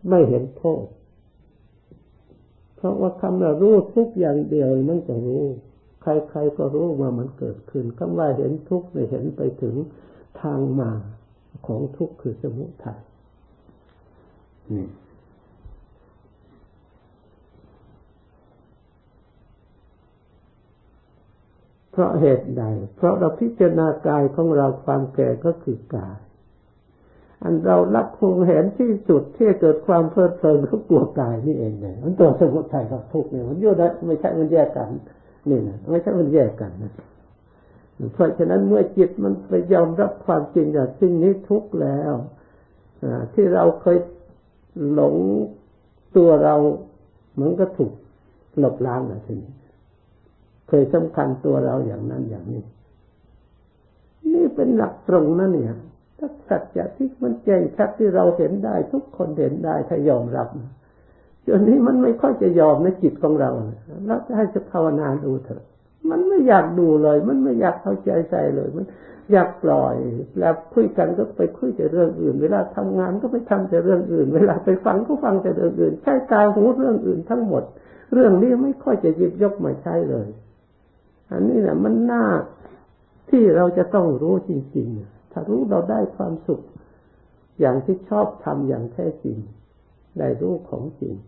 ไม่เห็นโทษเพราะว่าคำว่ารู้ทุกอย่างเดียวมันจะรู้ใครๆก็รู้ว่ามันเกิดขึ้นคำว่าเห็นทุกข์เนี่ยเห็นไปถึงทางมาของทุกข์คือสมุทัยนี่เพราะเหตุใดเพราะเราพิจารณากายของเราความแก่ก็คือกายอันเรารักคงเห็นที่สุดที่เกิดความเพลิดเพลินก็กลัวกายนี่เองเนี่ยมันตัวสมุทัยกับทุกข์เนี่ยมันอยู่ได้ไม่ใช่มันแยกกันนี่นะไม่ใช่มันแยกกันนะเพราะฉะนั้นเมื่อจิตมันไปยอมรับความจริงว่าสิ่งนี้ทุกข์แล้วที่เราเคยหลงตัวเรามันก็ถูกลบล้างแล้วทีนี้เคยสำคัญตัวเราอย่างนั้นอย่างนี้นี่เป็นหลักตรงนั่นเนี่ยถ้าสัจจะที่มันแจ้งชัดที่เราเห็นได้ทุกคนเห็นได้ถ้ายอมรับจนนี้มันไม่ค่อยจะยอมในจิตของเราเราจะให้จะภาวนาดูเถอะมันไม่อยากดูเลยมันไม่อยากเข้าใจใส่เลยมันอยากปล่อยแล้วคุยกันก็ไปคุยแต่เรื่องอื่นเวลาทำงานก็ไปทำแต่เรื่องอื่นเวลาไปฟังก็ฟังแต่เรื่องอื่นใช้ตาหูเรื่องอื่นทั้งหมดเรื่องนี้ไม่ค่อยจะหยิบยกมาใช้เลยอันนี้นะมันน่าที่เราจะต้องรู้จริงๆถ้ารู้เราได้ความสุขอย่างที่ชอบทำอย่างแท้จริงได้รู้ของจริง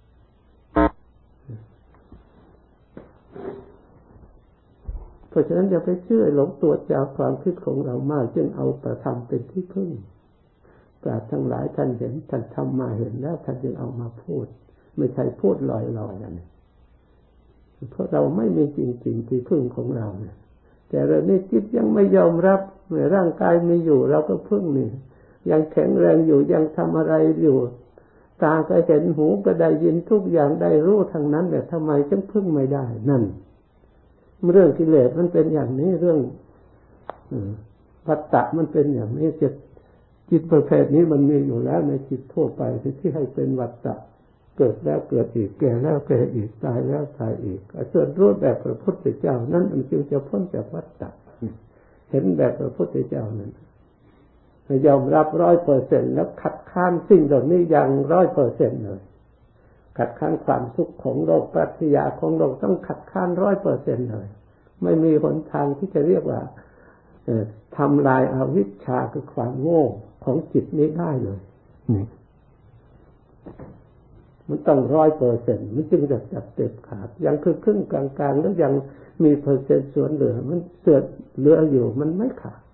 เพราะฉะนั้นอย่าไปเชื่อหลงตัวจากความคิดของเรามากจึงเอาประธรรมเป็นที่พึ่งปราชญ์ทั้งหลายท่านเห็นท่านทำมาเห็นแล้วท่านจึงเอามาพูดไม่ใช่พูดลอยๆนะเพราะเราไม่มีจริงๆที่พึ่งของเราเนี่ยแต่เราในจิตยังไม่ยอมรับเมื่อร่างกายมีอยู่เราก็พึ่งนี่ยังแข็งแรงอยู่ยังทำอะไรอยู่ตาก็เห็นหูก็ได้ยินทุกอย่างได้รู้ทั้งนั้นแต่ทำไมจึงพึ่งไม่ได้นั่นเรื่องกิเลสมันเป็นอย่างนี้เรื่องวัฏฏะมันเป็นอย่างนี้จิตประเภทนี้มันมีอยู่แล้วในจิตทั่วไปที่ให้เป็นวัฏฏะเกิดแล้วเกิดอีกแก่แล้วแก่อีกตายแล้วตายอีกส่วนรู้แบบพระพุทธเจ้านั้นมันจึงจะพ้นจากวัฏฏะเห็นแบบพระพุทธเจ้านั้นยอมรับ 100% แล้วขัดข้านสิ่งเหล่านี้อย่าง 100% เลยขัดข้านความทุกข์ของโลกปรัชญาของโลกต้องขัดข้าน 100% เลยไม่มีหนทางที่จะเรียกว่าทำลายอวิชชาคือความโง่ของจิตนี้ได้เลยนี่มันต้อง 100% มันจึงจะจับเต็มขาดยังคือครึ่งกลางๆแล้วยังมีเปอร์เซ็นต์ส่วนเหลือมันเสือเหลืออยู่มันไม่ขาด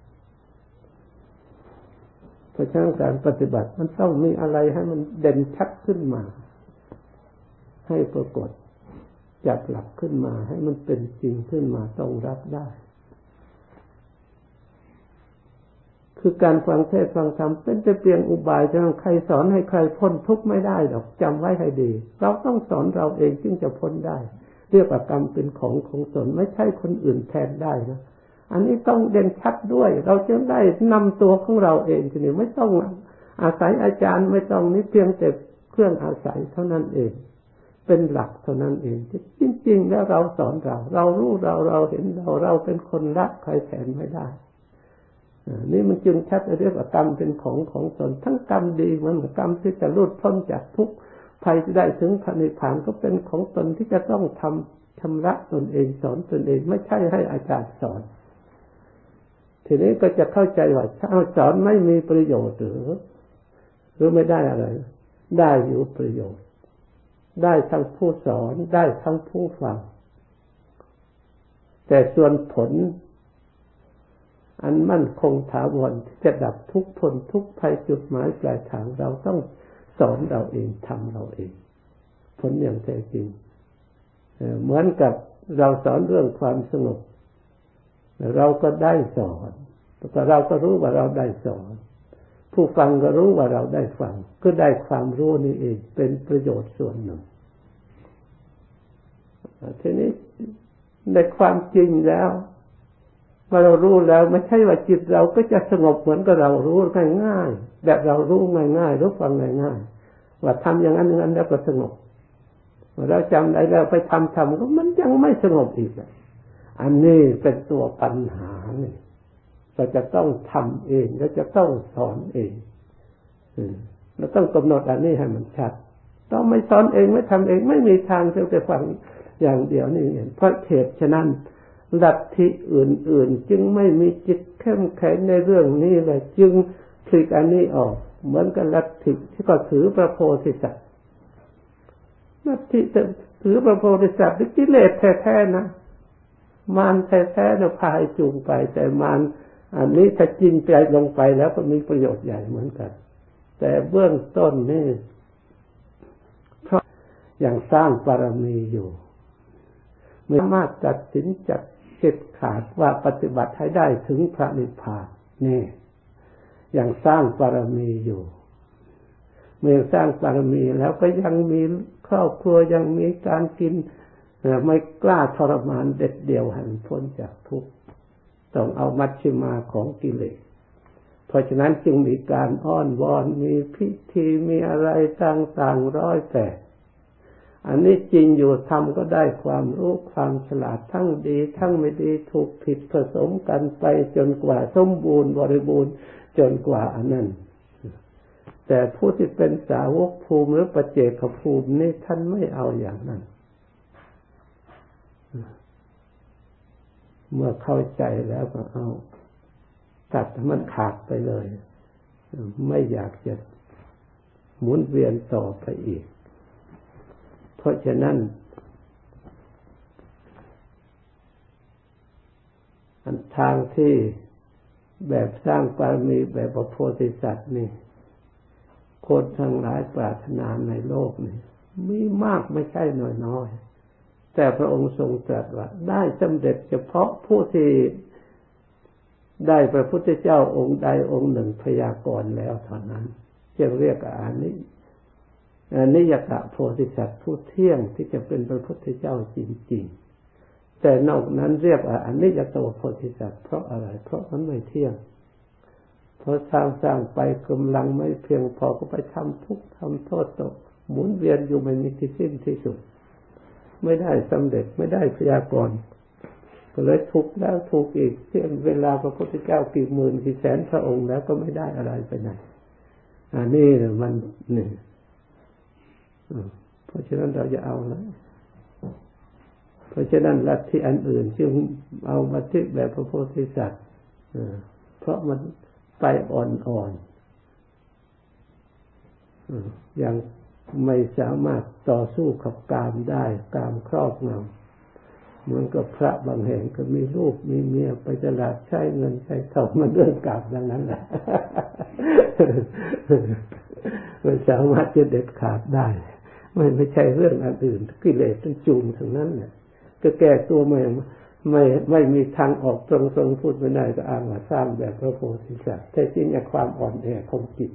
เพราะฉะนั้นการปฏิบัติมันต้องมีอะไรให้มันเด่นชัดขึ้นมาให้ปรากฏจับหลักขึ้นมาให้มันเป็นจริงขึ้นมาต้องรับได้คือการฟังเทศน์ฟังธรรมเป็นแต่เพียงอุบายจะใครสอนให้ใครพ้นทุกข์ไม่ได้หรอกจำไว้ให้ดีเราต้องสอนเราเองจึงจะพ้นได้เรียกว่ากรรมเป็นของตนไม่ใช่คนอื่นแทนได้นะอันนี้ต้องเด่นชัดด้วยเราจะได้นำตัวของเราเองทีนี้ไม่ต้องอาศัยอาจารย์ไม่ต้องนี่เพียงแต่เครื่องอาศัยเท่านั้นเองเป็นหลักเท่านั้นเองจริงๆแล้วเราสอนเรารู้เราเห็นเราเป็นคนละใครแทนไม่ได้นี่มันจึงชัดเรียกว่ากรรมเป็นของตนทั้งกรรมดีเหมือนกับกรรมที่จะหลุดพ้นจากทุกข์ภัยที่ได้ถึงพระนิพพานก็เป็นของตนที่จะต้องชำระตนเองสอนตนเองไม่ใช่ให้อาจารย์สอนทีนี้ก็จะเข้าใจว่าถ้าสอนไม่มีประโยชน์หรือไม่ได้อะไรได้อยู่ประโยชน์ได้ทั้งผู้สอนได้ทั้งผู้ฟังแต่ส่วนผลอันมั่นคงถาวรที่จะดับทุกข์พ้นทุกข์ภัยจุดหมายปลายทางเราต้องสอนเราเองทำเราเองผลอย่างแท้จริงเหมือนกับเราสอนเรื่องความสงบเราก็ได้สอนแต่เราก็รู้ว่าเราได้สอนผู้ฟังก็รู้ว่าเราได้ฟังก็ได้ความรู้นี่เองเป็นประโยชน์ส่วนหนึ่งทีนี้ในความจริงแล้วเมื่อเรารู้แล้วไม่ใช่ว่าจิตเราก็จะสงบเหมือนกับเรารู้ง่ายๆแบบเรารู้ง่ายๆรู้ฟังง่ายๆว่าทำอย่างนั้นอย่างนั้นแล้วก็สงบเราจำได้แล้วไปทำก็มันยังไม่สงบอีกอันนี้เป็นตัวปัญหาเราจะต้องทำเองและจะต้องสอนเองเราต้องกำหนดอันนี้ให้มันชัดต้องไม่สอนเองไม่ทำเองไม่มีทางเพียงแต่ฟังอย่างเดียวนี่เองเพราะเหตุฉะนั้นลัทธิอื่นๆจึงไม่มีจิตเข้มแข็งในเรื่องนี้เลยจึงพลิกอันนี้ออกเหมือนกับลัทธิที่ก็ถือพระโพธิสัตว์ลัทธิถือพระโพธิสัตว์กิเลสแท้ๆนะมารแท้ๆเราพาให้จูงไปแต่มารอันนี้ถ้าจริงใจลงไปแล้วก็มีประโยชน์ใหญ่เหมือนกันแต่เบื้องต้นนี่เพราะยังสร้างบารมีอยู่ไม่สามารถตัดสินจัดเด็ดขาดว่าปฏิบัติให้ได้ถึงพระนิพพานนี่ยังสร้างบารมีอยู่เมื่อสร้างบารมีแล้วก็ยังมีครอบครัวยังมีการกินไม่กล้าทรมานเด็ดเดี่ยวให้พ้นจากทุกข์ต้องเอามัชฌิมาของกิเลสเพราะฉะนั้นจึงมีการอ้อนวอนมีพิธีมีอะไรต่างๆร้อยแปดอันนี้จริงอยู่ทำก็ได้ความรู้ความฉลาดทั้งดีทั้งไม่ดีถูกผิดผสมกันไปจนกว่าสมบูรณ์บริบูรณ์จนกว่าอันนั้นแต่ผู้ที่เป็นสาวกภูมิหรือปัจเจกภูมินี่ท่านไม่เอาอย่างนั้นเมื่อเข้าใจแล้วก็เอาตัดมันขาดไปเลยไม่อยากจะหมุนเวียนต่อไปอีกเพราะฉะนั้นอันทางที่แบบสร้างบารมีแบบพระโพธิสัตว์นี่คนทั้งหลายปรารถนาในโลกนี่มีมากไม่ใช่น้อยๆแต่พระองค์ทรงตรัสว่าได้สำเร็จเฉพาะผู้ที่ได้พระพุทธเจ้าองค์ใดองค์หนึ่งพยากรณ์แล้วเท่านั้นจึงเรียกอานิยกะโพธิสัตว์ผู้เที่ยงที่จะเป็นพระพุทธเจ้าจริงๆแต่นอกนั้นเรียกว่าอนิยตโพธิสัตว์เพราะอะไรเพราะมันไม่เที่ยงเพราะสร้างไปกำลังไม่เพียงพอก็ไปทำทุกข์ทำโทษตกหมุนเวียนอยู่ไม่มีที่สิ้นที่สุดไม่ได้สำเร็จไม่ได้พยากรณ์ก็เลยทุกข์แล้วทุกข์อีกเช่นเวลาพระพุทธเจ้ากี่หมื่นกี่แสนพระองค์แล้วก็ไม่ได้อะไรไปไหนอันนี้มันนี่เพราะฉะนั้นเราจะเอาแล้วเพราะฉะนั้นลัทธิอันอื่นจึงเอามาทิฏแบบพระโพธิสัตว์เพราะมันไปอ่อนๆยังไม่สามารถต่อสู้กับกามได้กามครอบงำเหมือนกับพระบางแห่งก็มีลูกมีเมียไปตลาดใช้เงินใช้ทองมันเรื่องกามดังนั้นแหละไม่สามารถจะเด็ดขาดได้ไม่ใช่เรื่องอันอื่นกิเลสมันจูงทั้งนั้นแหละก็แก้ตัวไม่มีทางออกตรงๆพูดไม่ได้ก็อ้างว่าสร้างแบบพระโพธิสัตว์แต่จริงๆความอ่อนแอของจิต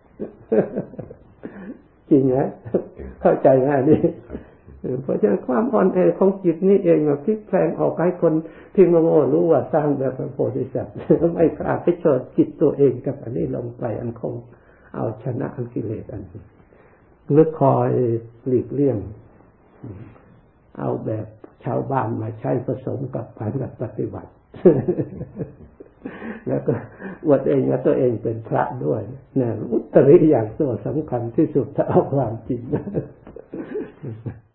จริงนะเข้าใจง่ายนี่เพราะฉะนั้นความอ่อนแอของจิตนี่เองมาพลิกแปลงออกให้คนที่โง่รู้ว่าสร้างแบบพระโพธิสัตว์ไม่กล้าไปเชิดจิตตัวเองกับอันนี้ลงไปอันคงเอาชนะอันกิเลสอันหรือคอยหลีกเลี่ยงเอาแบบชาวบ้านมาใช้ผสมกับการปฏิบัติแล้วก็อวดเองว่าตัวเองเป็นพระด้วยเนี่ยอุตริอย่างตัวสำคัญที่สุดถ้าเอาความจริง